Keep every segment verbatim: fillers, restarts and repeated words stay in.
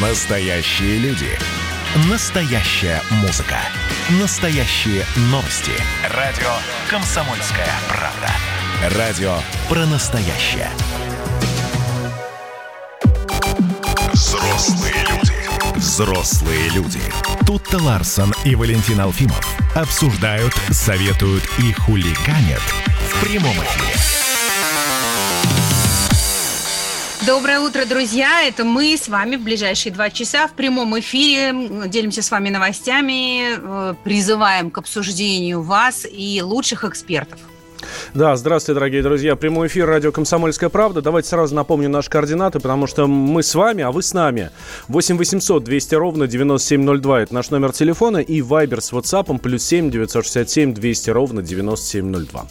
Настоящие люди. Настоящая музыка. Настоящие новости. Радио «Комсомольская правда». Радио про настоящее. Взрослые люди. Взрослые люди. Тутта Ларсон и Валентин Алфимов обсуждают, советуют и хулиганят в прямом эфире. Доброе утро, друзья! Это мы с вами в ближайшие два часа в прямом эфире. Делимся с вами новостями, призываем к обсуждению вас и лучших экспертов. Да, здравствуйте, дорогие друзья. Прямой эфир радио «Комсомольская правда». Давайте сразу напомню наши координаты, потому что мы с вами, а вы с нами. восемь восемьсот двести ровно девяносто семь ноль два. Это наш номер телефона. И вайбер с ватсапом плюс семь девятьсот шестьдесят семь двести ровно девяносто семь ноль два.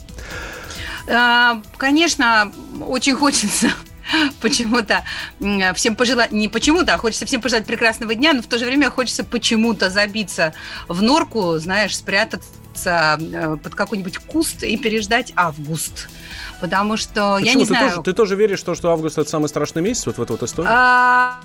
Конечно, очень хочется... Почему-то всем пожелать, не почему-то, а хочется всем пожелать прекрасного дня, но в то же время хочется почему-то забиться в норку, знаешь, спрятаться под какой-нибудь куст и переждать август. Потому что, почему? Я не ты знаю... Тоже, ты тоже веришь в то, что август – это самый страшный месяц вот в эту вот историю? А...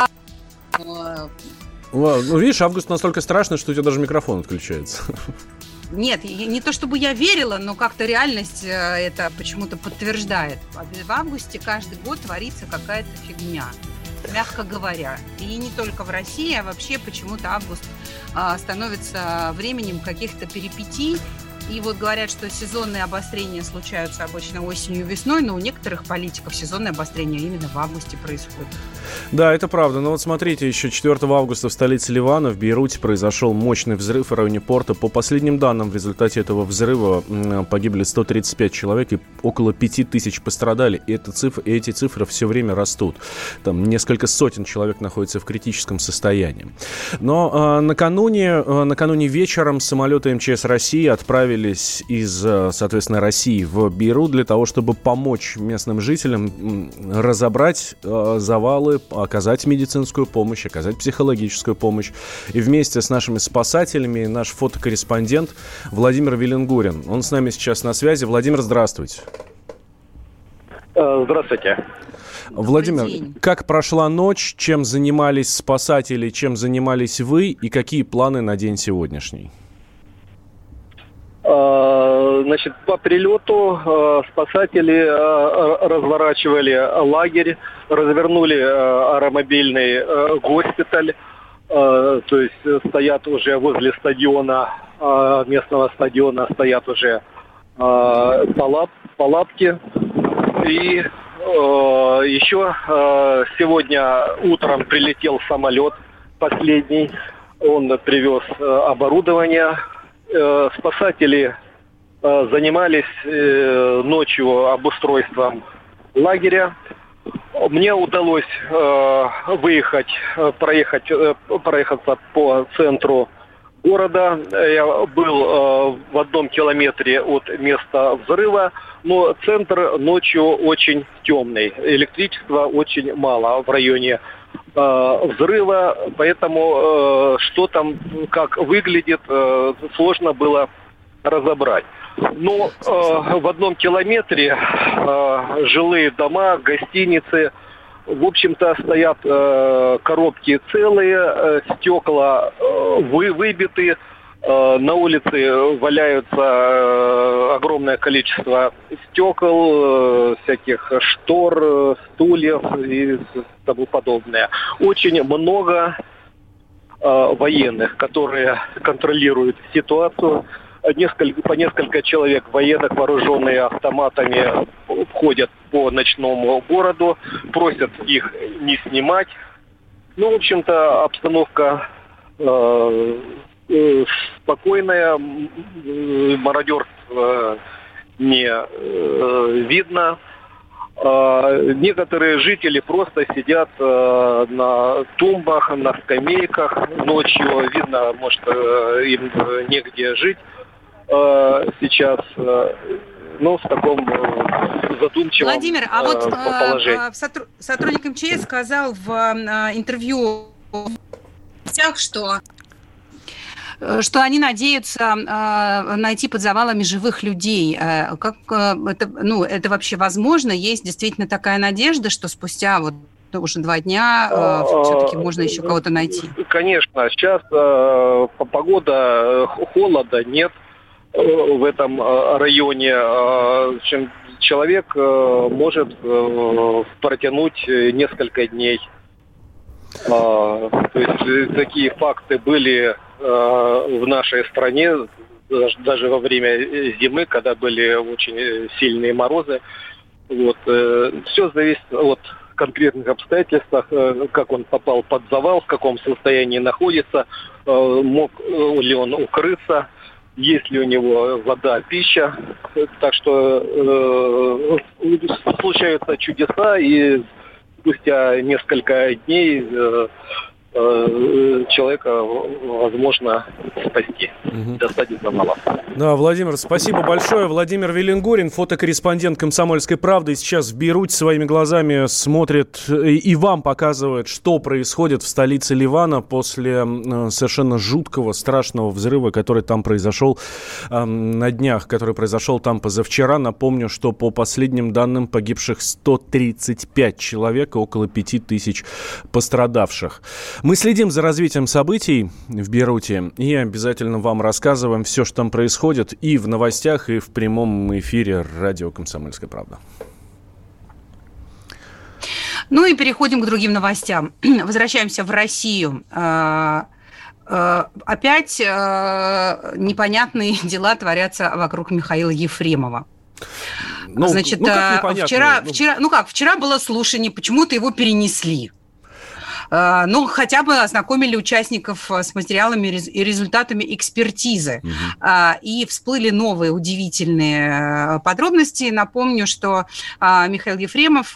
Ну, видишь, август настолько страшный, что у тебя даже микрофон отключается. Нет, не то чтобы я верила, но как-то реальность это почему-то подтверждает. В августе каждый год творится какая-то фигня, мягко говоря. И не только в России, а вообще почему-то август становится временем каких-то перипетий. И вот говорят, что сезонные обострения случаются обычно осенью и весной, но у некоторых политиков сезонное обострение именно в августе происходит. Да, это правда. Но вот смотрите, еще четвёртого августа в столице Ливана, в Бейруте, произошел мощный взрыв в районе порта. По последним данным, в результате этого взрыва погибли сто тридцать пять человек и около пять тысяч пострадали. И, эта цифра, и эти цифры все время растут. Там несколько сотен человек находятся в критическом состоянии. Но э, накануне, э, накануне вечером самолеты эм че эс России отправили из, соответственно, России в Бейрут для того, чтобы помочь местным жителям разобрать э, завалы, оказать медицинскую помощь, оказать психологическую помощь. И вместе с нашими спасателями наш фотокорреспондент Владимир Веленгурин. Он с нами сейчас на связи. Владимир, здравствуйте. Здравствуйте. Владимир, как прошла ночь, чем занимались спасатели, чем занимались вы и какие планы на день сегодняшний? Значит, по прилету спасатели разворачивали лагерь, развернули аэромобильный госпиталь, то есть стоят уже возле стадиона, местного стадиона, стоят уже палатки. И еще сегодня утром прилетел самолет последний, он привез оборудование. Спасатели э, занимались э, ночью обустройством лагеря. Мне удалось э, выехать, э, проехать, э, проехаться по центру города. Я был э, в одном километре от места взрыва, но центр ночью очень темный. Электричества очень мало в районе взрыва, поэтому э, что там, как выглядит, э, сложно было разобрать. Но э, в одном километре э, жилые дома, гостиницы, в общем-то, стоят э, коробки целые, э, стекла э, вы, выбиты, э, на улице валяются э, огромное количество стекол, э, всяких штор, э, стульев и тому подобное. Очень много э, военных, которые контролируют ситуацию. Несколько, по несколько человек военных, вооруженные автоматами, входят по ночному городу, просят их не снимать. Ну, в общем-то, обстановка э, э, спокойная, мародерства не э, видно. Э, некоторые жители просто сидят э, на тумбах, на скамейках ночью. Видно, может, э, им негде жить. Сейчас, ну, в таком задумчивом Владимир, а вот положении. Сотрудник эм че эс сказал в интервью в сетях, что что они надеются найти под завалами живых людей. Как это, ну, это вообще возможно? Есть действительно такая надежда, что спустя вот уже два дня э, все-таки можно еще кого-то найти? Конечно, сейчас э, погода, холода нет в этом районе. Э, чем человек э, может э, протянуть несколько дней. Э, то есть такие факты были э, в нашей стране, даже, даже во время зимы, когда были очень сильные морозы. Вот, э, все зависит от конкретных обстоятельств, э, как он попал под завал, в каком состоянии находится, э, мог ли он укрыться, есть ли у него вода, пища. Так что э, случаются чудеса, и спустя несколько дней э, э, человека возможно спасти, угу. достать из завала. Да, Владимир, спасибо большое. Владимир Велингорин, фотокорреспондент «Комсомольской правды», сейчас в Бейруте своими глазами смотрит и вам показывает, что происходит в столице Ливана после совершенно жуткого, страшного взрыва, который там произошел э, на днях, который произошел там позавчера. Напомню, что по последним данным погибших сто тридцать пять человек и около пяти тысяч пострадавших. Мы следим за развитием событий в Бейруте и обязательно вам рассказываем все, что там происходит, и в новостях, и в прямом эфире радио «Комсомольская правда». Ну и переходим к другим новостям. Возвращаемся в Россию. Опять непонятные дела творятся вокруг Михаила Ефремова. Ну, Значит, ну, как вчера, ну... вчера, ну как, вчера было слушание, почему-то его перенесли. Ну, хотя бы ознакомили участников с материалами и результатами экспертизы. Угу. И всплыли новые удивительные подробности. Напомню, что Михаил Ефремов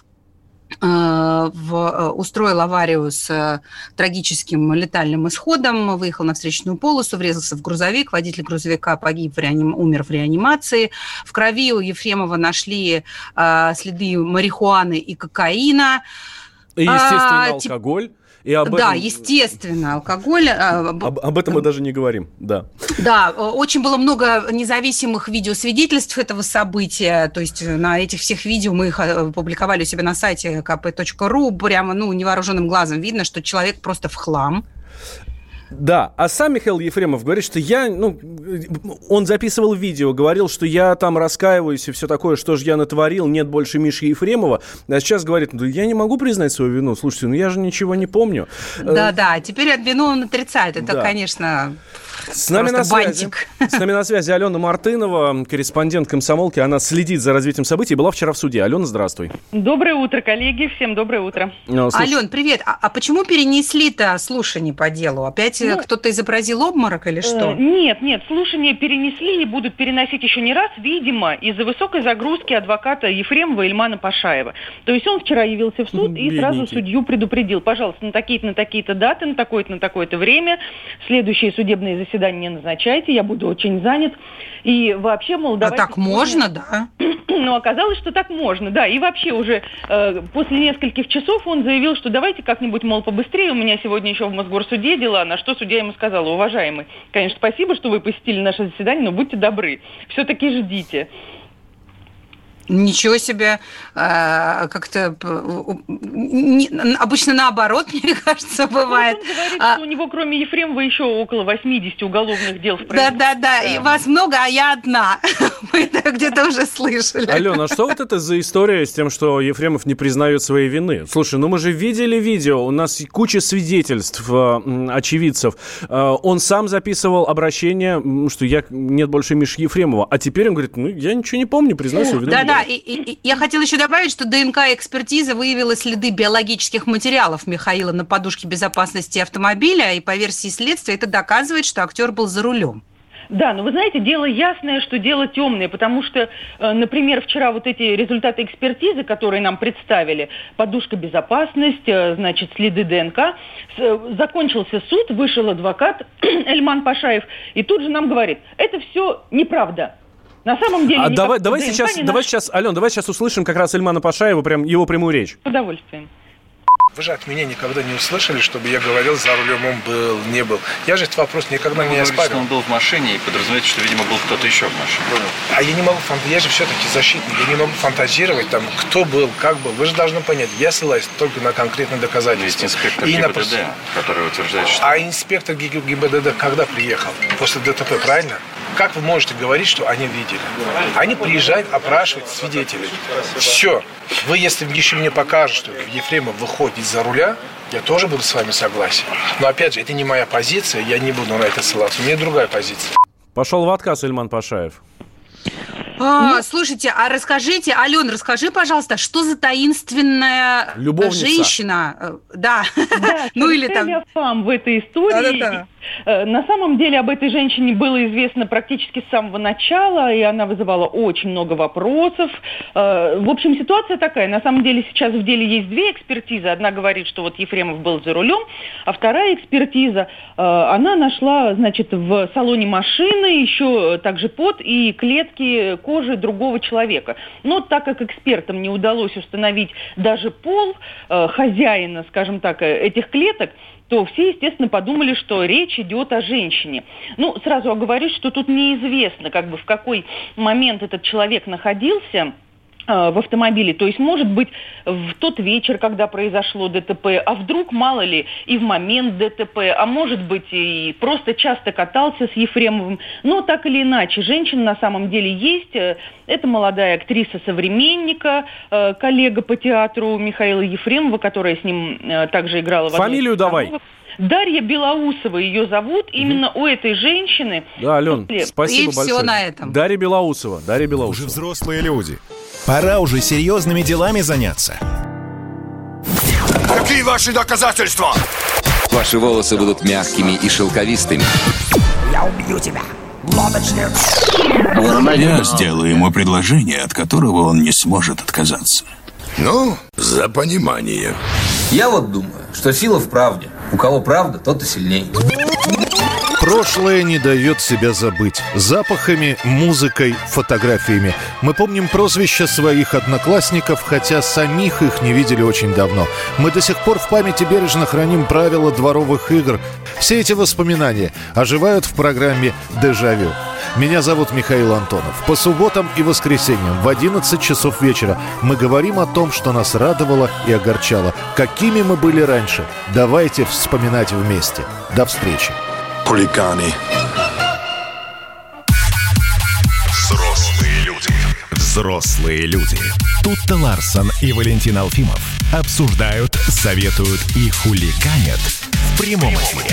в, устроил аварию с трагическим летальным исходом, выехал на встречную полосу, врезался в грузовик, водитель грузовика погиб, в реаним... умер в реанимации. В крови у Ефремова нашли следы марихуаны и кокаина. И, естественно, а, алкоголь. И об да, этом... естественно, алкоголь. Об, об этом мы даже не говорим, да. Да, очень было много независимых видеосвидетельств этого события, то есть на этих всех видео мы их публиковали у себя на сайте ка пэ точка ру, прямо, ну, невооруженным глазом видно, что человек просто в хлам. Да, а сам Михаил Ефремов говорит, что я, ну, он записывал видео, говорил, что я там раскаиваюсь и все такое, что же я натворил, нет больше Миши Ефремова, а сейчас говорит, ну, я не могу признать свою вину, слушайте, ну, я же ничего не помню. Да-да, теперь вину он отрицает, это, да. конечно... С нами, на связи, с нами на связи Алена Мартынова, корреспондент «Комсомолки». Она следит за развитием событий. Была вчера в суде. Алена, здравствуй. Доброе утро, коллеги. Всем доброе утро. Ну, Ален, привет. А, а почему перенесли-то слушание по делу? Опять ну, кто-то изобразил обморок или что? Э, нет, нет. Слушание перенесли и будут переносить еще не раз, видимо, из-за высокой загрузки адвоката Ефремова Ильмана Пашаева. То есть он вчера явился в суд и сразу судью предупредил. Пожалуйста, на такие-то, на такие-то даты, на такое-то, на такое-то время следующие судебные заседания не назначайте, я буду очень занят. И вообще, мол, давайте... А так можно, да? Ну, оказалось, что так можно, да. И вообще уже э, после нескольких часов он заявил, что давайте как-нибудь, мол, побыстрее, у меня сегодня еще в Мосгорсуде дела, на что судья ему сказала: уважаемый, конечно, спасибо, что вы посетили наше заседание, но будьте добры, все-таки ждите. Ничего себе, как-то обычно наоборот, мне кажется, бывает. Ну, он говорит, а... что у него кроме Ефремова еще около восьмидесяти уголовных дел в производстве. Да-да-да, и вас много, а я одна. Мы это где-то уже слышали. Алена, а что вот это за история с тем, что Ефремов не признает своей вины? Слушай, ну мы же видели видео, у нас куча свидетельств очевидцев. Он сам записывал обращение, что я нет больше Миши Ефремова, а теперь он говорит, ну я ничего не помню, признаю свою вину. Да-да. Да, и, и, я хотела еще добавить, что ДНК-экспертиза выявила следы биологических материалов Михаила на подушке безопасности автомобиля, и по версии следствия это доказывает, что актер был за рулем. Да, но вы знаете, дело ясное, что дело темное, потому что, например, вчера вот эти результаты экспертизы, которые нам представили, подушка безопасности, значит, следы ДНК, закончился суд, вышел адвокат Ильман Пашаев, и тут же нам говорит, это все неправда. На самом деле... А давай, давай, сейчас, давай наш... сейчас, Ален, давай сейчас услышим как раз Ильмана Пашаева, прям его прямую речь. С удовольствием. Вы же от меня никогда не услышали, чтобы я говорил, за рулем он был, не был. Я же этот вопрос никогда ну, не оспаривал. Что он был в машине и подразумеваете, что, видимо, был кто-то еще в машине. А я не могу, я же все-таки защитник, я не могу фантазировать, там, кто был, как был. Вы же должны понять, я ссылаюсь только на конкретные доказательства. Есть инспектор и ГИБДД, на... который утверждает, что... А инспектор ГИБДД когда приехал? После ДТП, правильно? Как вы можете говорить, что они видели? Они приезжают опрашивать свидетелей. Все. Вы, если еще мне покажете, что Ефремов выходит из-за руля, я тоже буду с вами согласен. Но, опять же, это не моя позиция, я не буду на это ссылаться. У меня другая позиция. Пошел в отказ Ильман Пашаев. А, слушайте, а расскажите, Ален, расскажи, пожалуйста, что за таинственная Любовница. женщина? Да, да ну или там... Фам в этой истории. Да-да-да. На самом деле об этой женщине было известно практически с самого начала, и она вызывала очень много вопросов. В общем, ситуация такая. На самом деле сейчас в деле есть две экспертизы. Одна говорит, что вот Ефремов был за рулем, а вторая экспертиза, она нашла, значит, в салоне машины еще также пот и клетки кожи другого человека. Но так как экспертам не удалось установить даже пол хозяина, скажем так, этих клеток, то все, естественно, подумали, что речь идет о женщине. Ну, сразу оговорюсь, что тут неизвестно, как бы в какой момент этот человек находился в автомобиле. То есть, может быть, в тот вечер, когда произошло ДТП, а вдруг, мало ли, и в момент ДТП, а может быть, и просто часто катался с Ефремовым. Но так или иначе, женщина на самом деле есть. Это молодая актриса «Современника», коллега по театру Михаила Ефремова, которая с ним также играла в одной из Фамилию давай. Дарья Белоусова ее зовут. Именно у этой женщины... Да, Ален, после... спасибо и большое. все на этом. Дарья Белоусова. Дарья Белоусова. Уже взрослые люди. Пора уже серьезными делами заняться. Какие ваши доказательства? Ваши волосы будут мягкими и шелковистыми. Я убью тебя, лодочник. Я сделаю ему предложение, от которого он не сможет отказаться. Ну, за понимание. Я вот думаю, что сила в правде. У кого правда, тот и сильней. Прошлое не дает себя забыть. Запахами, музыкой, фотографиями. Мы помним прозвища своих одноклассников, хотя самих их не видели очень давно. Мы до сих пор в памяти бережно храним правила дворовых игр. Все эти воспоминания оживают в программе «Дежавю». Меня зовут Михаил Антонов. По субботам и воскресеньям в одиннадцать часов вечера мы говорим о том, что нас радовало и огорчало. Какими мы были раньше. Давайте вспоминать вместе. До встречи. Хулиганы. Взрослые люди. Взрослые люди. Тут-то Ларсон и Валентин Алфимов обсуждают, советуют и хулиганят в прямом эфире.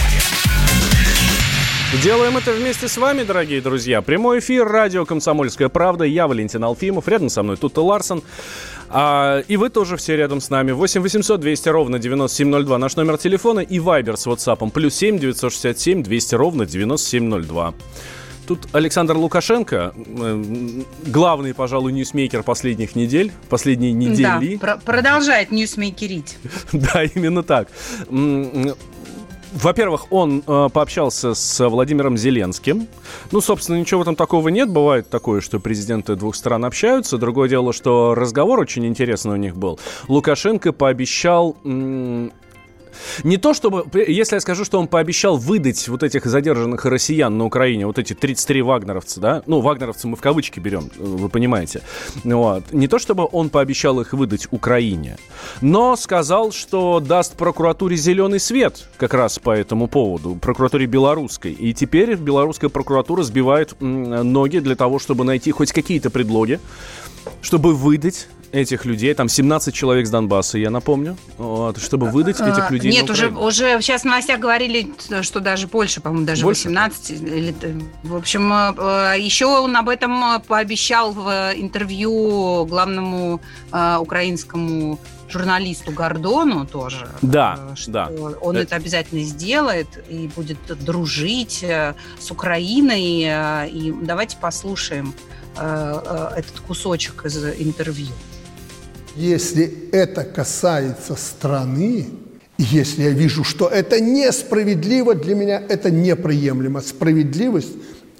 Делаем это вместе с вами, дорогие друзья. Прямой эфир, радио «Комсомольская правда». Я Валентин Алфимов, рядом со мной Тут-то Ларсон. А, и вы тоже все рядом с нами. восемь восемьсот двести ровно девяносто семь ноль два наш номер телефона. И вайбер с ватсапом плюс семь девятьсот шестьдесят семь двести ровно девяносто семь ноль два. Тут Александр Лукашенко, главный, пожалуй, ньюсмейкер последних недель, последние недели. Да, про- продолжает ньюсмейкерить. Да, именно так. Во-первых, он э, пообщался с Владимиром Зеленским. Ну, собственно, ничего в этом такого нет. Бывает такое, что президенты двух стран общаются. Другое дело, что разговор очень интересный у них был. Лукашенко пообещал... М- Не то чтобы, если я скажу, что он пообещал выдать вот этих задержанных россиян на Украине, вот эти тридцать три вагнеровца, да, ну, вагнеровцы мы в кавычки берем, вы понимаете, вот. Не то чтобы он пообещал их выдать Украине, но сказал, что даст прокуратуре зеленый свет как раз по этому поводу, прокуратуре белорусской, и теперь белорусская прокуратура сбивает ноги для того, чтобы найти хоть какие-то предлоги, чтобы выдать этих людей, там семнадцать человек с Донбасса, я напомню, вот, чтобы выдать этих людей. Нет, уже, уже сейчас в новостях говорили, что даже больше, по-моему, даже больше? восемнадцать. Или, в общем, еще он об этом пообещал в интервью главному э, украинскому журналисту Гордону тоже. Да, что да. Он это... это обязательно сделает и будет дружить с Украиной. И давайте послушаем этот кусочек из интервью. Если это касается страны, если я вижу, что это несправедливо, для меня это неприемлемо. Справедливость –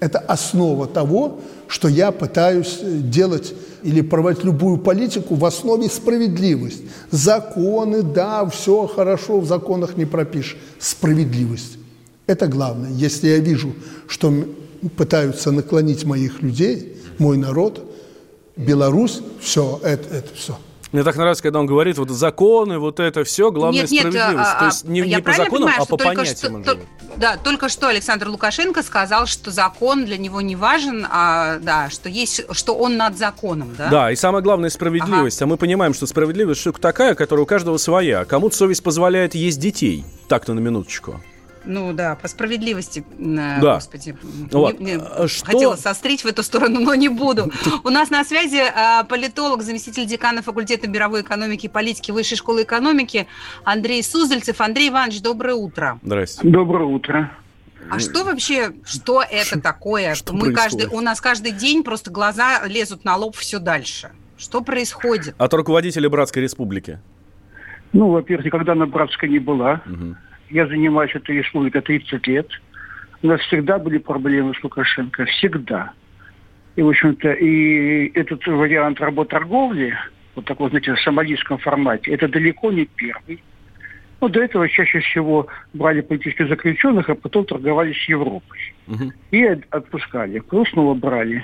Это основа того, что я пытаюсь делать или проводить любую политику в основе справедливость. Законы, да, все хорошо, в законах не пропишешь. Справедливость. Это главное. Если я вижу, что пытаются наклонить моих людей, мой народ, Беларусь, все, это, это все. Мне так нравится, когда он говорит, вот законы, вот это все, главное нет, нет, справедливость. А, То есть не, не по законам, понимаю, а по понятиям. Что, то, да, только что Александр Лукашенко сказал, что закон для него не важен, а да, что есть, что он над законом, да? Да, и самое главное справедливость. Ага. А мы понимаем, что справедливость штука такая, которая у каждого своя. Кому-то совесть позволяет есть детей. Так-то на минуточку. Ну да, по справедливости, да. Господи, вот. не, не, что? хотела сострить в эту сторону, но не буду. У нас на связи политолог, заместитель декана факультета мировой экономики и политики Высшей школы экономики Андрей Суздальцев. Андрей Иванович, доброе утро. Здравствуйте. Доброе утро. А что вообще, что это такое? Что Мы каждый, у нас каждый день просто глаза лезут на лоб все дальше. Что происходит? От руководителя Братской Республики. Ну, во-первых, никогда она братской не была. Угу. Я занимаюсь этой республикой тридцать лет. У нас всегда были проблемы с Лукашенко. Всегда. И, в общем-то, и этот вариант работорговли, вот такой, знаете, в сомалийском формате, это далеко не первый. Но до этого чаще всего брали политических заключенных, а потом торговали с Европой. Угу. И отпускали. Потом снова брали.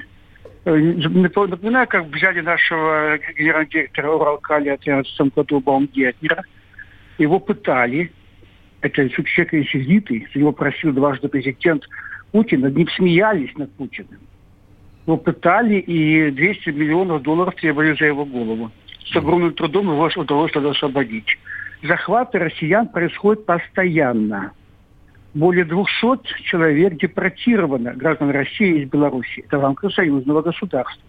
Напоминаю, как взяли нашего генерального директора Уралкали в тринадцатом году Баумгертнера. Его пытали. Это человек сердитый, за него просил дважды президент Путин, над ним смеялись над Путиным. Его пытали, и двести миллионов долларов требовали за его голову. С огромным трудом его удалось тогда освободить. Захваты россиян происходят постоянно. Более двухсот человек депортировано, граждан России из Беларуси. Это в рамках союзного государства.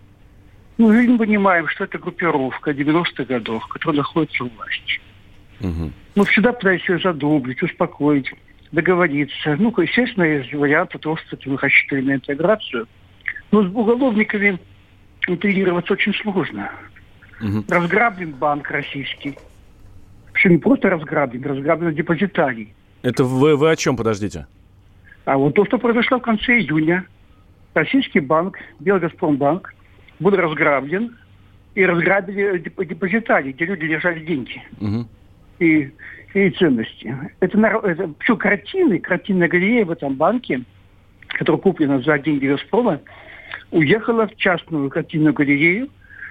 Ну, мы понимаем, что это группировка девяностых годов, которая находится у власти. Угу. Ну, всегда пытаюсь ее задумать, успокоить, договориться. Ну, естественно, есть варианты того, что мы рассчитывали на интеграцию. Но с уголовниками интегрироваться очень сложно. Угу. Разграблен банк российский. Вообще не просто разграблен, разграблен депозитарий. Это вы, вы о чем, подождите? А вот то, что произошло в конце июня. Российский банк, Белгазпромбанк, был разграблен и разграбили депозитарий, где люди держали деньги. Угу. И, и ценности. Это, это все картины, картинная галерея в этом банке, которая куплена за деньги Газпрома, уехала в частную картинную галерею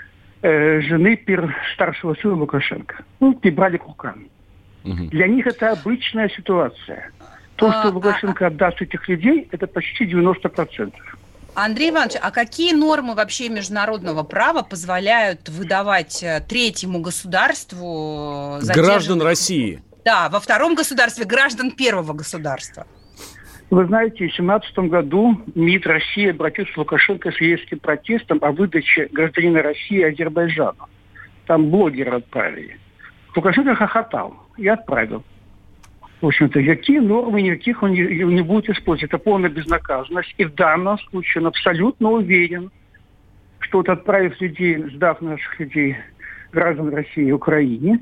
э, жены пер, старшего сына Лукашенко. Ну, прибрали к рукам. Угу. Для них это обычная ситуация. То, что Лукашенко отдаст этих людей, это почти девяносто процентов. Андрей Иванович, а какие нормы вообще международного права позволяют выдавать третьему государству граждан России? Да, во втором государстве граждан первого государства. Вы знаете, в две тысячи семнадцатом году МИД России обратился к Лукашенко с резким протестом о выдаче гражданина России Азербайджану. Там блогера отправили. Лукашенко хохотал и отправил. В общем-то, какие нормы, никаких он не, не будет использовать. Это полная безнаказанность. И в данном случае он абсолютно уверен, что вот отправив людей, сдав наших людей, граждан России и Украине,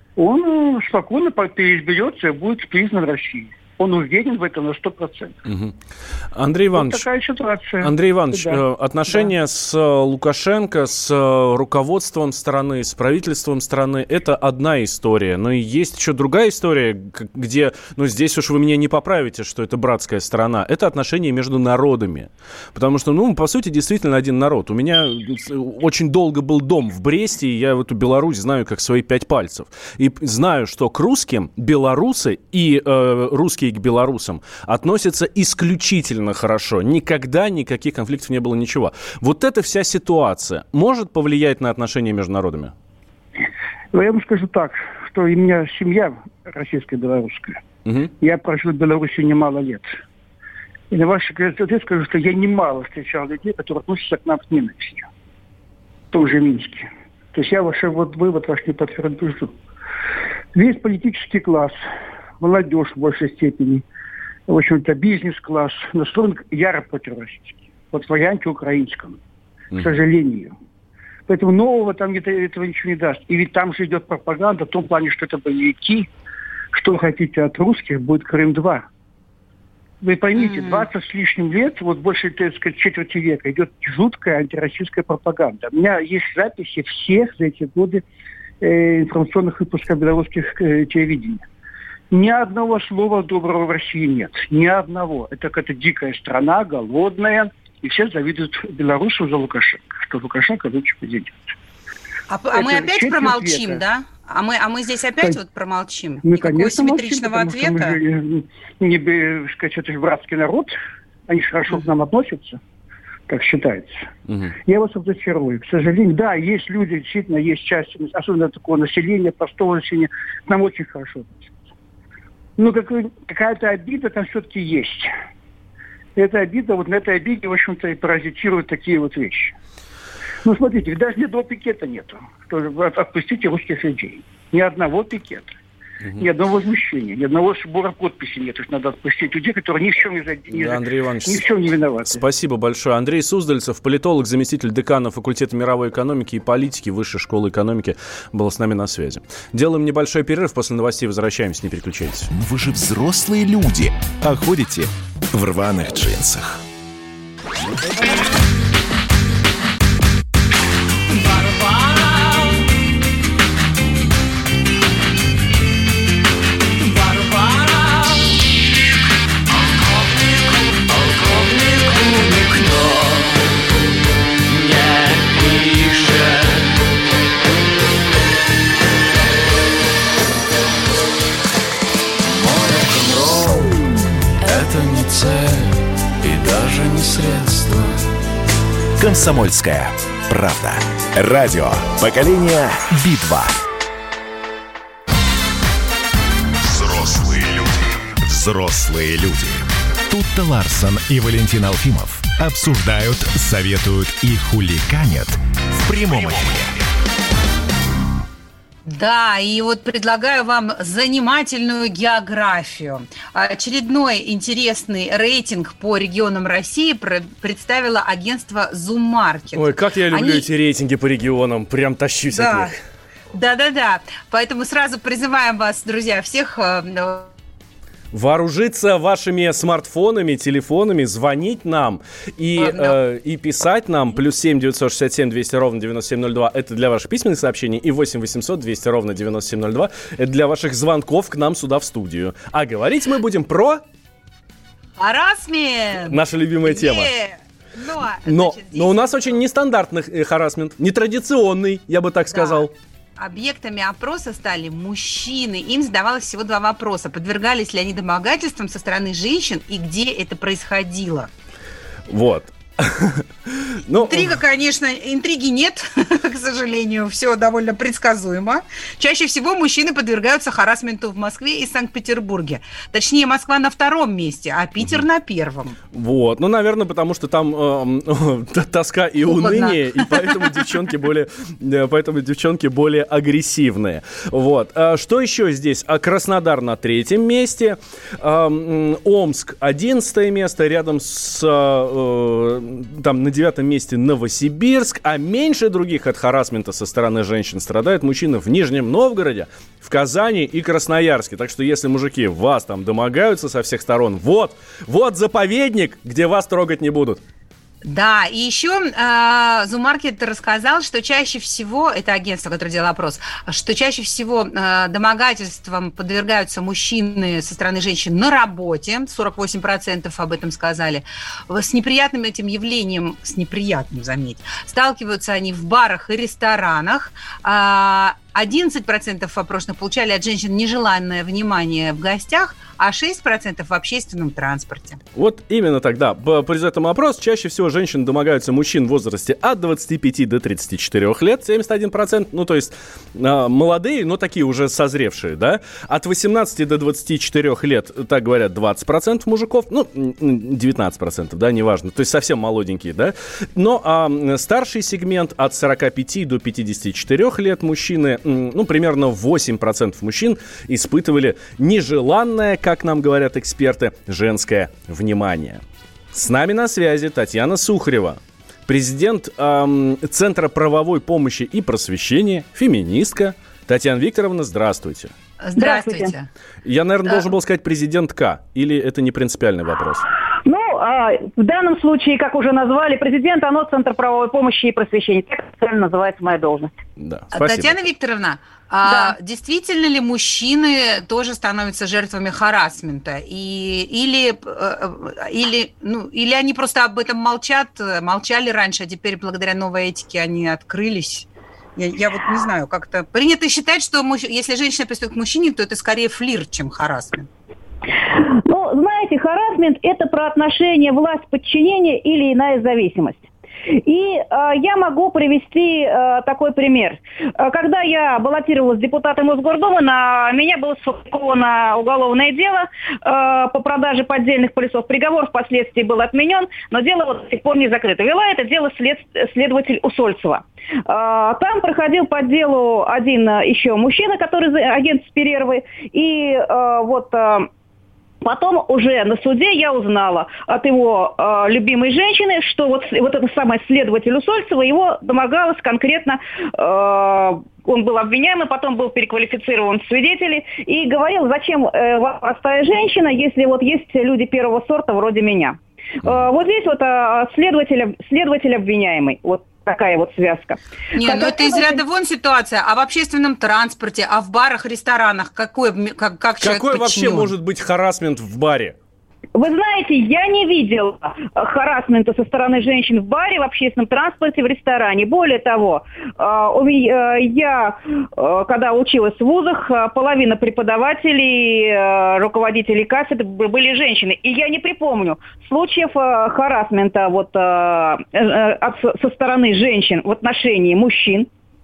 он спокойно переизберется и будет признан Россией. Он уверен в этом на сто процентов. Угу. Андрей Иванович, вот такая ситуация. Андрей Иванович, да. отношения да. с Лукашенко, с руководством страны, с правительством страны – это одна история. Но есть еще другая история, где, ну, здесь уж вы меня не поправите, что это братская страна. Это отношения между народами. Потому что, ну, по сути, действительно один народ. У меня очень долго был дом в Бресте, и я эту Беларусь знаю как свои пять пальцев. И знаю, что к русским белорусы и э, русские к белорусам относятся исключительно хорошо. Никогда никаких конфликтов не было, ничего. Вот эта вся ситуация может повлиять на отношения между народами? Ну, я вам скажу так, что у меня семья российско-белорусская. Угу. Я прожил в Беларуси немало лет. И на ваш ответ скажу, что я немало встречал людей, которые относятся к нам с ненавистью. В том же Минске. То есть я ваш вот вывод ваш не подтвержу. Весь политический класс, молодежь в большей степени, в общем-то, бизнес-класс настроен яро противоросийский. Вот в варианте украинском, mm-hmm. к сожалению. Поэтому нового там этого ничего не даст. И ведь там же идет пропаганда в том плане, что это боевики. Что вы хотите от русских, будет Крым-два. Вы поймите, двадцать с лишним лет, вот больше, так сказать, четверти века, идет жуткая антироссийская пропаганда. У меня есть записи всех за эти годы э, информационных выпусков белорусских э, телевидения. Ни одного слова доброго в России нет. Ни одного. Это какая-то дикая страна, голодная, и все завидуют Беларусу за Лукашенко, что Лукашенко лучший президент. А, а мы опять промолчим, века. Да? А мы, а мы здесь опять как... вот промолчим? Мы, Никакого конечно, симметричного молчим, ответа? Мы же, не бы сказать, это же братский народ. Они же хорошо mm. к нам относятся, как считается. Mm-hmm. Я вас разочарую. К сожалению, да, есть люди, действительно, есть часть, особенно такого населения, простого населения, к нам очень хорошо относятся. Но какой, какая-то обида там все-таки есть. И эта обида, вот на этой обиде, в общем-то, и паразитируют такие вот вещи. Ну, смотрите, даже ни одного пикета нету. Отпустите русских людей. Ни одного пикета. Угу. Ни одного возмущения. Ни одного сбора подписей нет. Надо отпустить людей, которые ни в чем не, не, да, Андрей Иванович, ни в чем не виноваты. Спасибо большое. Андрей Суздальцев, политолог, заместитель декана факультета мировой экономики и политики Высшей школы экономики, был с нами на связи. Делаем небольшой перерыв. После новостей возвращаемся. Не переключайтесь. Вы же взрослые люди. А ходите в рваных джинсах. Средства. Комсомольская правда. Радио поколения Би-два. Взрослые люди. Взрослые люди. Тут-то Ларсон и Валентин Алфимов обсуждают, советуют и хулиганят в прямом эфире. Да, и вот предлагаю вам занимательную географию. Очередной интересный рейтинг по регионам России представило агентство Zoom Market. Ой, как я люблю Они... эти рейтинги по регионам, прям тащусь да. от них. Да-да-да, поэтому сразу призываем вас, друзья, всех... вооружиться вашими смартфонами, телефонами, звонить нам и, э, и писать нам. Плюс семь девятьсот шестьдесят семь двести ровно девяносто семь ноль два. Это для ваших письменных сообщений. И восемь восемьсот двести ровно девяносто семь ноль два. Это для ваших звонков к нам сюда в студию. А говорить мы будем про... харассмент! Наша любимая тема. Но, но, значит, но у нас очень нестандартный э, харассмент. Нетрадиционный, я бы так да. сказал. Объектами опроса стали мужчины. Им задавалось всего два вопроса. Подвергались ли они домогательствам со стороны женщин и где это происходило? Вот. Ну, интрига, конечно, интриги нет, к сожалению, все довольно предсказуемо. Чаще всего мужчины подвергаются харассменту в Москве и Санкт-Петербурге. Точнее, Москва на втором месте, а Питер на первом. Вот, ну, наверное, потому что там э, тоска и уныние, и поэтому девчонки более, поэтому девчонки более агрессивные. Вот. Что еще здесь? Краснодар на третьем месте, Омск одиннадцатое место, рядом с там на девятом месте Новосибирск, а меньше других от харассмента со стороны женщин страдают мужчины в Нижнем Новгороде, в Казани и Красноярске. Так что если мужики вас там домогаются со всех сторон, вот, вот заповедник, где вас трогать не будут. Да, и еще э, Zoom Market рассказал, что чаще всего, это агентство, которое делало опрос, что чаще всего э, домогательствам подвергаются мужчины со стороны женщин на работе, сорок восемь процентов об этом сказали. С неприятным этим явлением, с неприятным, заметь, сталкиваются они в барах и ресторанах. Э, одиннадцать процентов опрошенных получали от женщин нежеланное внимание в гостях, а шесть процентов в общественном транспорте. Вот именно тогда. По результатам опроса чаще всего женщины домогаются мужчин в возрасте от двадцати пяти до тридцати четырёх лет, семьдесят один процент, ну то есть э, молодые, но такие уже созревшие, да. От восемнадцати до двадцати четырёх лет, так говорят, двадцать процентов мужиков, ну девятнадцать процентов, да, неважно, то есть совсем молоденькие, да. Но э, старший сегмент от сорока пяти до пятидесяти четырёх лет мужчины, ну примерно восемь процентов мужчин испытывали нежеланное, как нам говорят эксперты, женское внимание. С нами на связи Татьяна Сухарева, президент эм, Центра правовой помощи и просвещения, феминистка. Татьяна Викторовна, здравствуйте. Здравствуйте. Я, наверное, должен был сказать президентка, или это не принципиальный вопрос? Ну, в данном случае, как уже назвали, президент, оно Центр правовой помощи и просвещения. Так официально называется моя должность. Да, спасибо. Татьяна Викторовна, да. а действительно ли мужчины тоже становятся жертвами харассмента? И, или, или, ну, или они просто об этом молчат, молчали раньше, а теперь благодаря новой этике они открылись? Я, я вот не знаю, как-то принято считать, что муж... если женщина пристает к мужчине, то это скорее флирт, чем харассмент. Ну, знаете, харассмент – это про отношения власть-подчинение или иная зависимость. И э, я могу привести э, такой пример. Когда я баллотировалась в депутаты Мосгордумы, на меня было сфабриковано уголовное дело э, по продаже поддельных полисов. Приговор впоследствии был отменен, но дело вот до сих пор не закрыто. Вела это дело след... следователь Усольцева. Э, там проходил по делу один еще мужчина, который агент Спирервы, и э, вот... Э, Потом уже на суде я узнала от его э, любимой женщины, что вот, вот эта самая следователь Усольцева его домогалась конкретно, э, он был обвиняемый, потом был переквалифицирован в свидетели и говорил, зачем э, вам простая женщина, если вот есть люди первого сорта вроде меня. Э, вот здесь вот э, следователь, следователь обвиняемый, вот. Такая вот связка. Не, ну это из ряда вон ситуация. А в общественном транспорте, а в барах, ресторанах какой, как, как человек Какой подчинен? вообще может быть харассмент в баре? Вы знаете, я не видела харассмента со стороны женщин в баре, в общественном транспорте, в ресторане. Более того, я, когда училась в вузах, половина преподавателей, руководителей кафедр были женщины. И я не припомню случаев харассмента вот, со стороны женщин в отношении мужчин.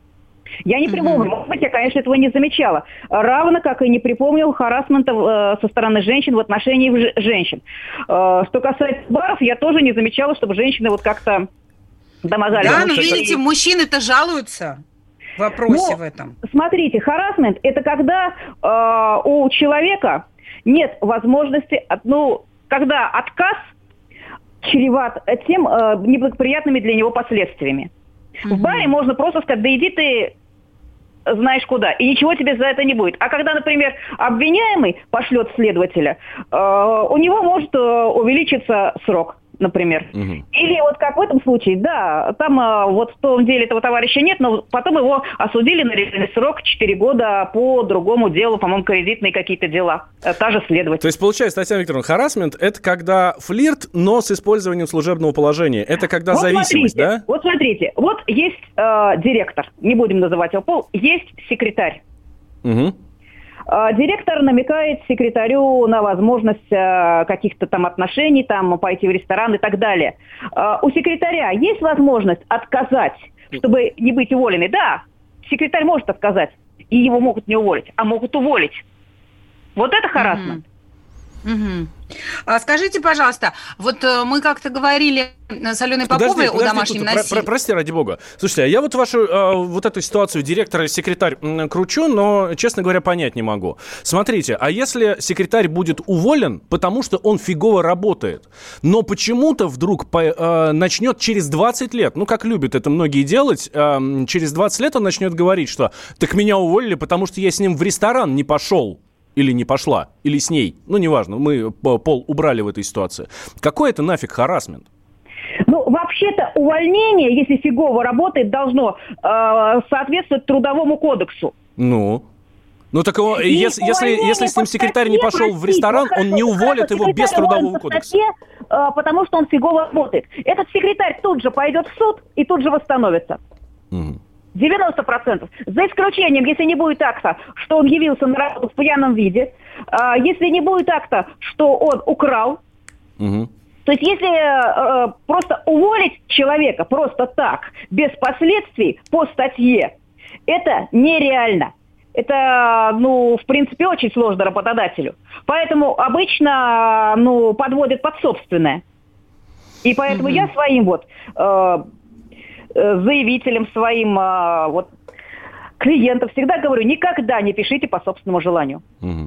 Я не припомню, может быть, я, конечно, этого не замечала. Равно как и не припомнил харассмента э, со стороны женщин в отношении ж- женщин. Э, что касается баров, я тоже не замечала, чтобы женщины вот как-то домогались. Да, но видите, мужчины-то жалуются в вопросе но, в этом. Смотрите, харассмент – это когда э, у человека нет возможности, ну, когда отказ чреват тем э, неблагоприятными для него последствиями. В баре можно просто сказать, да иди ты знаешь куда, и ничего тебе за это не будет. А когда, например, обвиняемый пошлет следователя, э, у него может э, увеличиться срок, например. Угу. Или вот как в этом случае, да, там э, вот в том деле этого товарища нет, но потом его осудили на реальный срок четыре года по другому делу, по-моему, кредитные какие-то дела. Э, та же следователь. То есть, получается, Татьяна Викторовна, харассмент – это когда флирт, но с использованием служебного положения. Это когда вот зависимость, смотрите, да? Вот смотрите, вот есть э, директор, не будем называть его пол, есть секретарь. Угу. Директор намекает секретарю на возможность э, каких-то там отношений, там пойти в ресторан и так далее. Э, у секретаря есть возможность отказать, чтобы не быть уволенной? Да, секретарь может отказать, и его могут не уволить, а могут уволить. Вот это харассмент. Угу. А скажите, пожалуйста, вот мы как-то говорили с Аленой Поповой о домашнем насилии. Про, про, прости, ради бога. Слушайте, а я вот вашу э, вот эту ситуацию директора и секретарь м, кручу, но, честно говоря, понять не могу. Смотрите, а если секретарь будет уволен, потому что он фигово работает, но почему-то вдруг по, э, начнет через двадцать лет, ну, как любят это многие делать, э, через двадцать лет он начнет говорить, что так меня уволили, потому что я с ним в ресторан не пошел. Или не пошла, или с ней. Ну, неважно, мы пол убрали в этой ситуации. Какой это нафиг харассмент? Ну, вообще-то увольнение, если фигово работает, должно э, соответствовать Трудовому кодексу. Ну? Ну, так его, если, если, если с ним секретарь не пошел в ресторан, он не уволит его без Трудового кодекса. Статье, э, потому что он фигово работает. Этот секретарь тут же пойдет в суд и тут же восстановится. Угу. девяносто процентов. За исключением, если не будет акта, что он явился на работу в пьяном виде, э, если не будет акта, что он украл, угу. То есть если э, просто уволить человека просто так, без последствий по статье, это нереально. Это, ну, в принципе, очень сложно работодателю. Поэтому обычно, ну, подводят под собственное. И поэтому mm-hmm. я своим вот э, заявителям, своим э, вот клиентам всегда говорю, никогда не пишите по собственному желанию. Mm-hmm.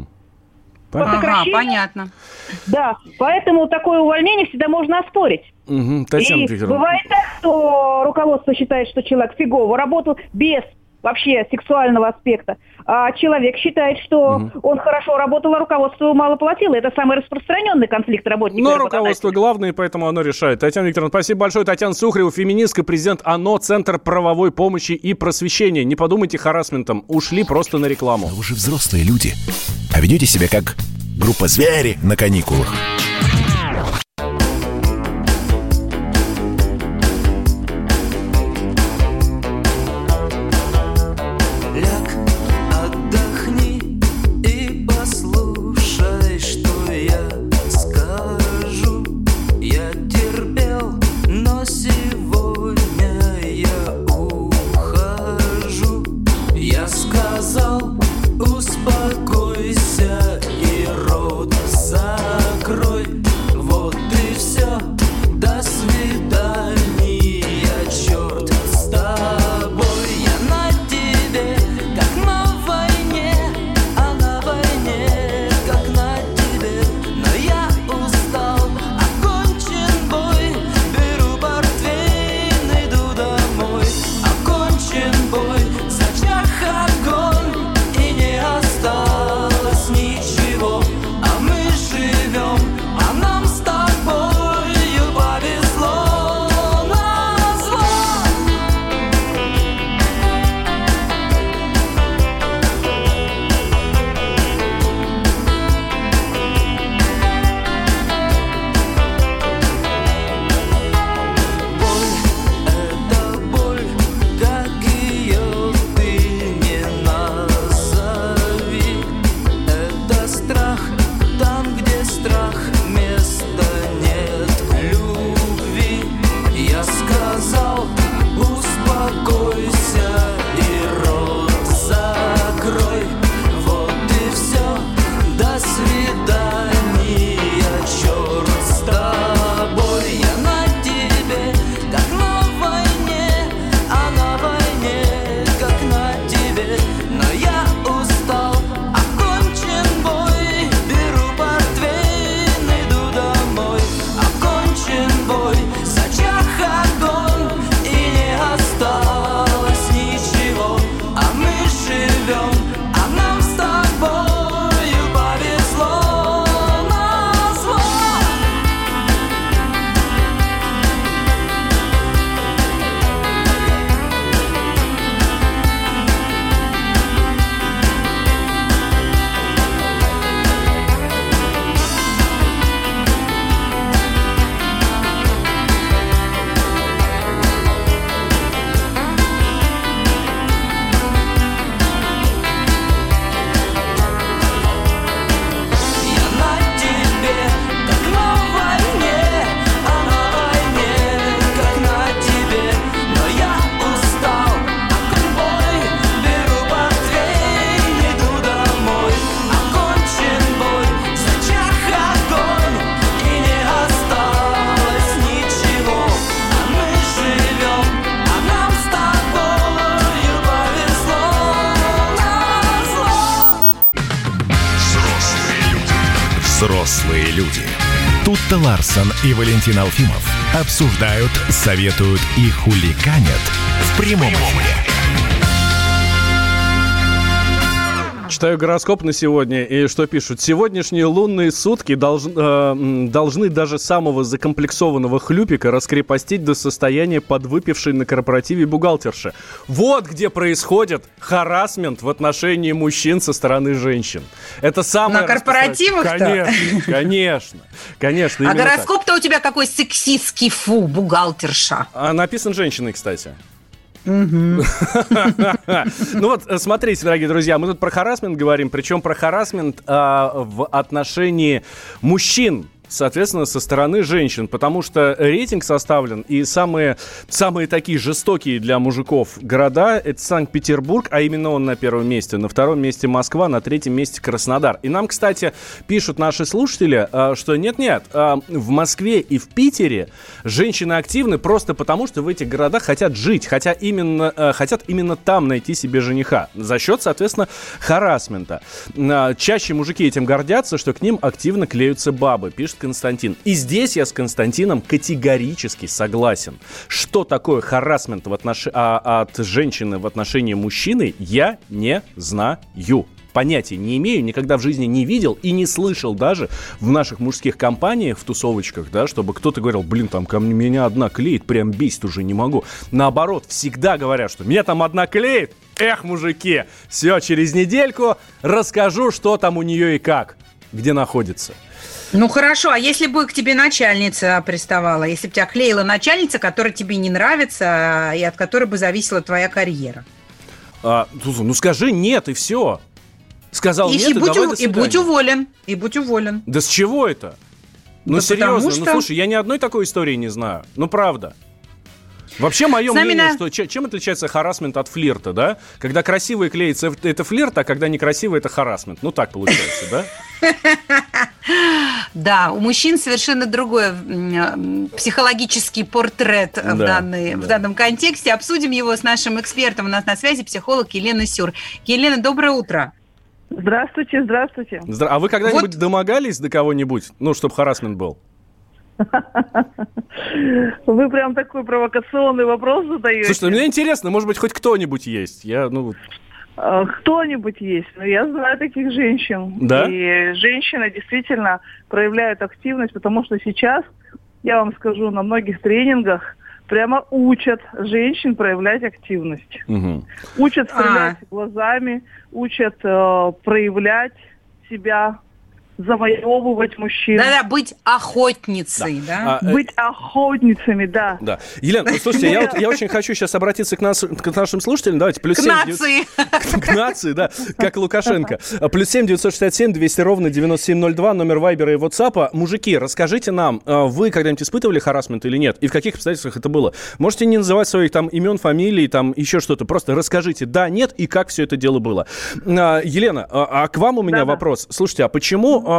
Ага, понятно. Да, поэтому такое увольнение всегда можно оспорить. Угу, Татьяна И Викторовна. бывает так, что руководство считает, что человек фигово работал без вообще сексуального аспекта, а человек считает, что угу. он хорошо работал, а руководство его мало платило. Это самый распространенный конфликт работников. Но руководство главное, поэтому оно решает. Татьяна Викторовна, спасибо большое. Татьяна Сухарева, феминистка, президент ОНО, Центр правовой помощи и просвещения. Не подумайте харассментом, ушли просто на рекламу. Вы же взрослые люди, а ведете себя как группа «Звери» на каникулах. Успокойся и рот закрой. Взрослые люди. Тут-то Ларсон и Валентин Алфимов обсуждают, советуют и хулиганят в прямом эфире. Читаю гороскоп на сегодня, и что пишут? Сегодняшние лунные сутки долж, э, должны даже самого закомплексованного хлюпика раскрепостить до состояния подвыпившей на корпоративе бухгалтерши. Вот где происходит харассмент в отношении мужчин со стороны женщин. Это самое... На корпоративах-то? Конечно, конечно, конечно. А гороскоп-то так. У тебя какой сексистский, фу, бухгалтерша. А написан женщиной, кстати. Ну вот, смотрите, дорогие друзья, мы тут про харассмент говорим, причем про харассмент а, в отношении мужчин, соответственно, со стороны женщин, потому что рейтинг составлен, и самые, самые такие жестокие для мужиков города — это Санкт-Петербург, а именно он на первом месте, на втором месте Москва, на третьем месте Краснодар. И нам, кстати, пишут наши слушатели, что нет-нет, в Москве и в Питере женщины активны просто потому, что в этих городах хотят жить, хотя именно, хотят именно там найти себе жениха, за счет, соответственно, харассмента. Чаще мужики этим гордятся, что к ним активно клеются бабы, пишет Константин. И здесь я с Константином категорически согласен. Что такое харассмент в отнош... а, от женщины в отношении мужчины, я не знаю. Понятия не имею, никогда в жизни не видел и не слышал даже в наших мужских компаниях, в тусовочках, да, чтобы кто-то говорил, блин, там ко мне меня одна клеит, прям бесит уже не могу. Наоборот, всегда говорят, что меня там одна клеит, эх, мужики, все, через недельку расскажу, что там у нее и как, где находится. Ну хорошо, а если бы к тебе начальница приставала, если бы тебя клеила начальница, которая тебе не нравится и от которой бы зависела твоя карьера? А, ну скажи нет и все. Сказал и нет, и, будь, давай у... до свидания. И будь уволен, и будь уволен. Да с чего это? Ну, да серьезно, что... ну, слушай, я ни одной такой истории не знаю. Ну, правда. Вообще, мое мнение, на... что чем отличается харассмент от флирта, да? Когда красивый клеится, это флирт, а когда некрасивый, это харассмент. Ну, так получается, да? Да, у мужчин совершенно другой психологический портрет в, данный, да. в данном контексте. Обсудим его с нашим экспертом. У нас на связи психолог Елена Сюр. Елена, доброе утро. Здравствуйте, здравствуйте. Здра... А вы когда-нибудь вот... домогались до кого-нибудь, ну, чтобы харассмент был? Вы прям такой провокационный вопрос задаете. Слушай, мне интересно, может быть, хоть кто-нибудь есть? Я, ну... Кто-нибудь есть, но я знаю таких женщин. Да? И женщины действительно проявляют активность, потому что сейчас, я вам скажу, на многих тренингах прямо учат женщин проявлять активность. Угу. Учат стрелять А-а-а. глазами, учат э, проявлять себя, завоевывать мужчин. Да-да, быть охотницей, да? да? Быть охотницами, да. Да. Елена, ну, слушайте, я, вот, я очень хочу сейчас обратиться к, нас, к нашим слушателям. Давайте, плюс к семь, нации. девятьсот... К нации, да, как Лукашенко. Плюс семь девятьсот шестьдесят семь двести ровно девяносто семь ноль два, номер Вайбера и Ватсапа. Мужики, расскажите нам, вы когда-нибудь испытывали харассмент или нет? И в каких обстоятельствах это было? Можете не называть своих там имен, фамилий, там еще что-то. Просто расскажите, да, нет, и как все это дело было. Елена, а к вам у меня да, вопрос. Да. Слушайте, а почему...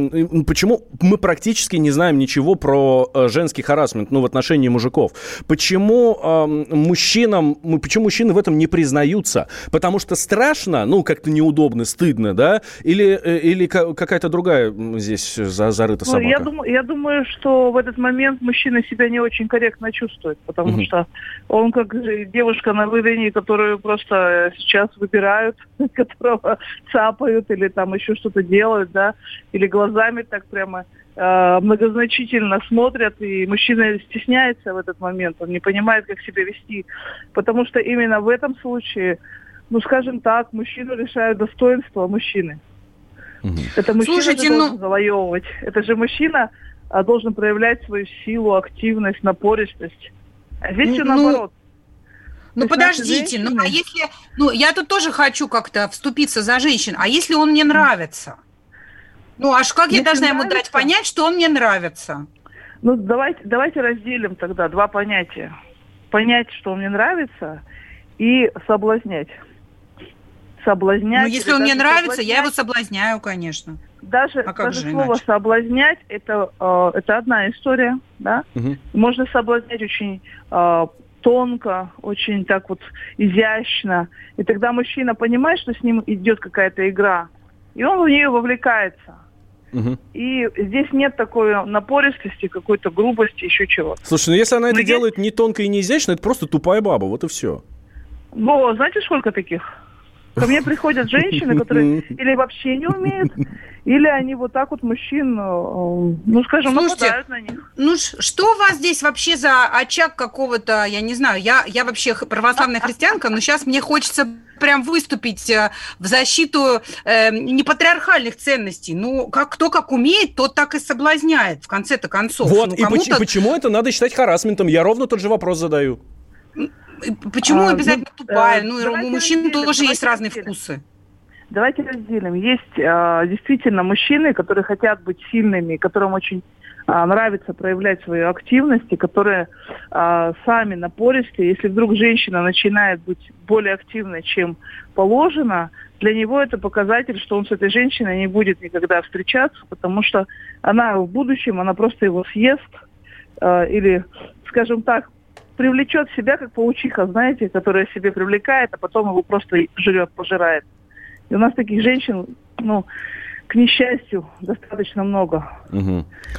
Почему мы практически не знаем ничего про женский харассмент, ну, в отношении мужиков? Почему э, мужчинам, почему мужчины в этом не признаются? Потому что страшно, ну, как-то неудобно, стыдно, да? Или, или какая-то другая здесь зарыта собака? Ну, я, думаю, я думаю, что в этот момент мужчина себя не очень корректно чувствует, потому угу. что он как девушка на выдании, которую просто сейчас выбирают, которого цапают или там еще что-то делают, да, или глазами так прямо э, многозначительно смотрят, и мужчина стесняется в этот момент, он не понимает, как себя вести, потому что именно в этом случае, ну, скажем так, мужчину решают достоинство мужчины. Угу. Это мужчина Слушайте, должен ну... завоевывать. Это же мужчина а, должен проявлять свою силу, активность, напористость. А здесь ну, все наоборот. Ну, подождите, женщины... ну, а если... Ну, я тут тоже хочу как-то вступиться за женщин, а если он мне нравится? Ну, аж как Если я должна нравится, ему дать понять, что он мне нравится? Ну, давайте, давайте разделим тогда два понятия. Понять, что он мне нравится, и соблазнять. Соблазнять. Ну, если он мне нравится, я его соблазняю, конечно. Даже, а даже слово иначе? «соблазнять» это, э, это одна история, да? Угу. Можно соблазнять очень э, тонко, очень так вот изящно. И тогда мужчина понимает, что с ним идет какая-то игра, и он в нее вовлекается. Угу. И здесь нет такой напористости, какой-то грубости, еще чего. Слушай, ну если она Но это есть... делает не тонко и не изящно, это просто тупая баба, вот и все. Во, знаете, сколько таких? Ко мне приходят женщины, которые или вообще не умеют, или они вот так вот мужчин, ну, скажем, Слушайте, нападают на них. Ну, что у вас здесь вообще за очаг какого-то, я не знаю, я, я вообще православная христианка, но сейчас мне хочется прям выступить в защиту э, непатриархальных ценностей. Ну, как, кто как умеет, тот так и соблазняет, в конце-то концов. Вот, ну, и почему, почему это надо считать харассментом? Я ровно тот же вопрос задаю. Почему а, обязательно ну, тупая? Ну, у мужчин разделим, тоже есть разные разделим. вкусы. Давайте разделим. Есть а, действительно мужчины, которые хотят быть сильными, которым очень а, нравится проявлять свою активность, и которые а, сами напористые. Если вдруг женщина начинает быть более активной, чем положено, для него это показатель, что он с этой женщиной не будет никогда встречаться, потому что она в будущем, она просто его съест а, или, скажем так, привлечет себя, как паучиха, знаете, которая себе привлекает, а потом его просто жрет, пожирает. И у нас таких женщин, ну, к несчастью, достаточно много. Угу.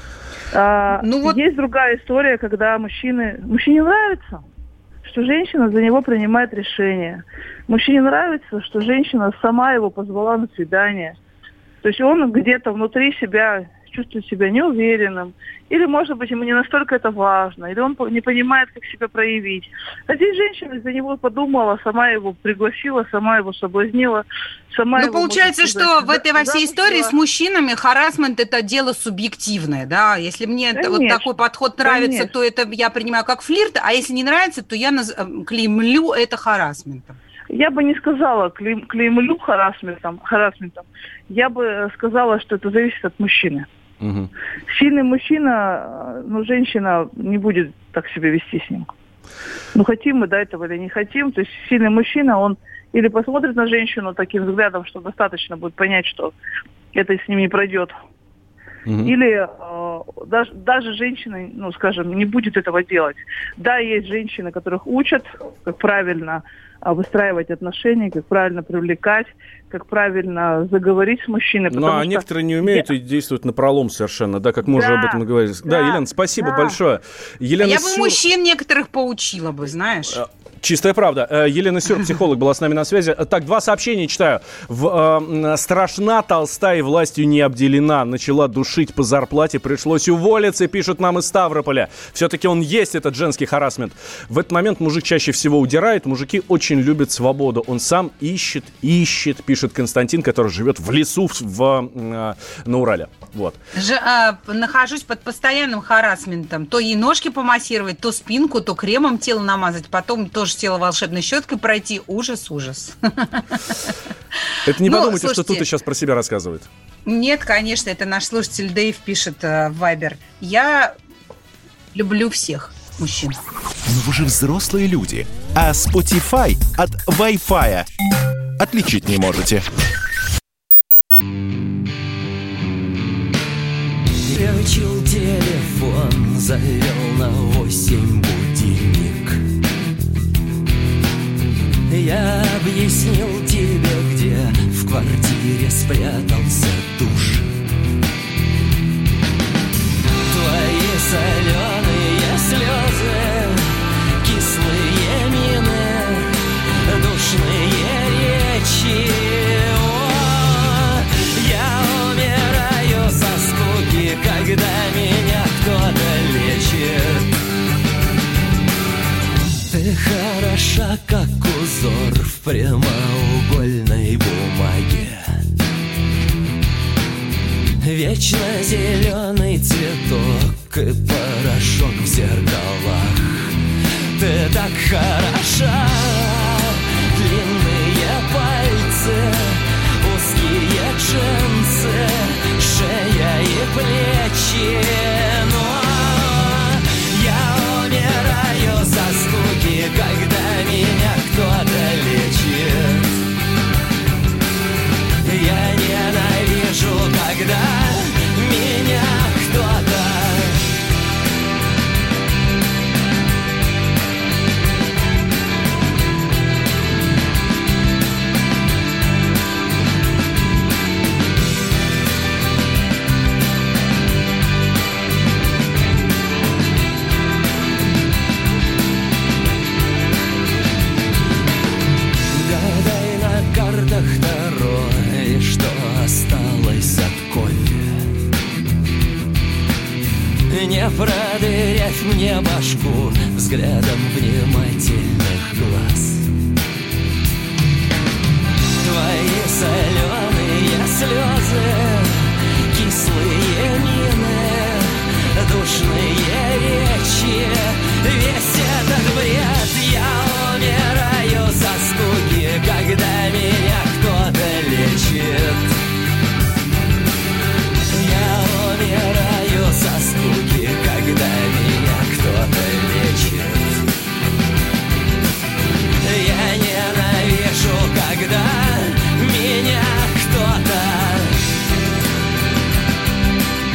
А, Ну вот- Есть другая история, когда мужчины... Мужчине нравится, что женщина за него принимает решение. Мужчине нравится, что женщина сама его позвала на свидание. То есть он где-то внутри себя чувствует себя неуверенным, или, может быть, ему не настолько это важно, или он не понимает, как себя проявить. А здесь женщина за него подумала, сама его пригласила, сама его соблазнила, сама Ну, его, получается, можно что сказать, в этой во всей запустила. истории с мужчинами харассмент – это дело субъективное, да? Если мне это- вот Конечно, такой подход нравится, конечно. то это я принимаю как флирт, а если не нравится, то я наз- э, клеймлю это харассментом. Я бы не сказала клейм, клеймлю харассментом, харассментом. Я бы сказала, что это зависит от мужчины. Мгм. Сильный мужчина, э, ну, женщина не будет так себя вести с ним. Ну, хотим мы до этого или не хотим. То есть сильный мужчина, он или посмотрит на женщину таким взглядом, что достаточно будет понять, что это с ним не пройдет. Мгм. Или э, даже, даже женщина, ну, скажем, не будет этого делать. Да, есть женщины, которых учат, как правильно а, выстраивать отношения, как правильно привлекать, как правильно заговорить с мужчиной. Ну, потому а что- некоторые не умеют и действуют напролом совершенно, да, как мы уже Да, об этом и говорили. Да, да, Елена, спасибо да. большое. Елена я бы Сюр- мужчин некоторых поучила бы, знаешь. Чистая правда. Э, Елена Сюр, психолог, была с нами на связи. Э, Так, два сообщения читаю. В, э, страшна толста и властью не обделена. Начала душить по зарплате, пришлось уволиться, пишут нам из Ставрополя. Все-таки он есть, этот женский харассмент. В этот момент мужик чаще всего удирает. Мужики очень любят свободу. Он сам ищет, ищет, пишет Константин, который живет в лесу в, в, э, на Урале. Вот. Ж- а, нахожусь под постоянным харассментом. То ей ножки помассировать, то спинку, то кремом тело намазать, потом тоже тело волшебной щеткой пройти. Ужас, ужас. Это не Ну, подумайте, что слушайте, тут и сейчас про себя рассказывает. Нет, конечно, это наш слушатель Дэйв пишет э, в Вайбер. Я люблю всех мужчин. Но вы же взрослые люди, а Spotify от Wi-Fi отличить не можете. Включил телефон, завел на восемь будильник. Я объяснил тебе, где в квартире спрятался душ. Твои соленые слезы, кислые мины, душные речи. О, я умираю со скуки, когда меня кто-то лечит. Ты хороша, как узор в прямоугольной бумаге. Вечно зеленый цветок и порошок в зеркалах. Ты так хороша, длинные пальцы, узкие джинсы, шея и плечи. Но я умираю со скуки, когда меня кто-то лечит. Я ненавижу, когда меня кто-то... Гадай на картах Таро, и что осталось от кофе. Не продырявь мне башку взглядом внимательных глаз. Твои соленые слезы, кислые мины, душные речи. Весь этот бред, я умираю со скуки, когда меня кто-то лечит. Я умираю со скуки, когда меня кто-то лечит. Я ненавижу, когда меня кто-то...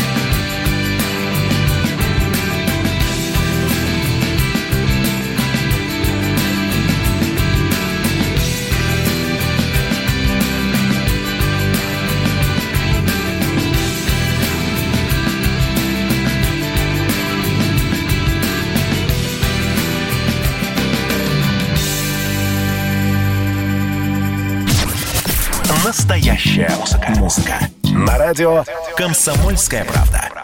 Настоящая музыка. Музыка. На радио «Комсомольская правда».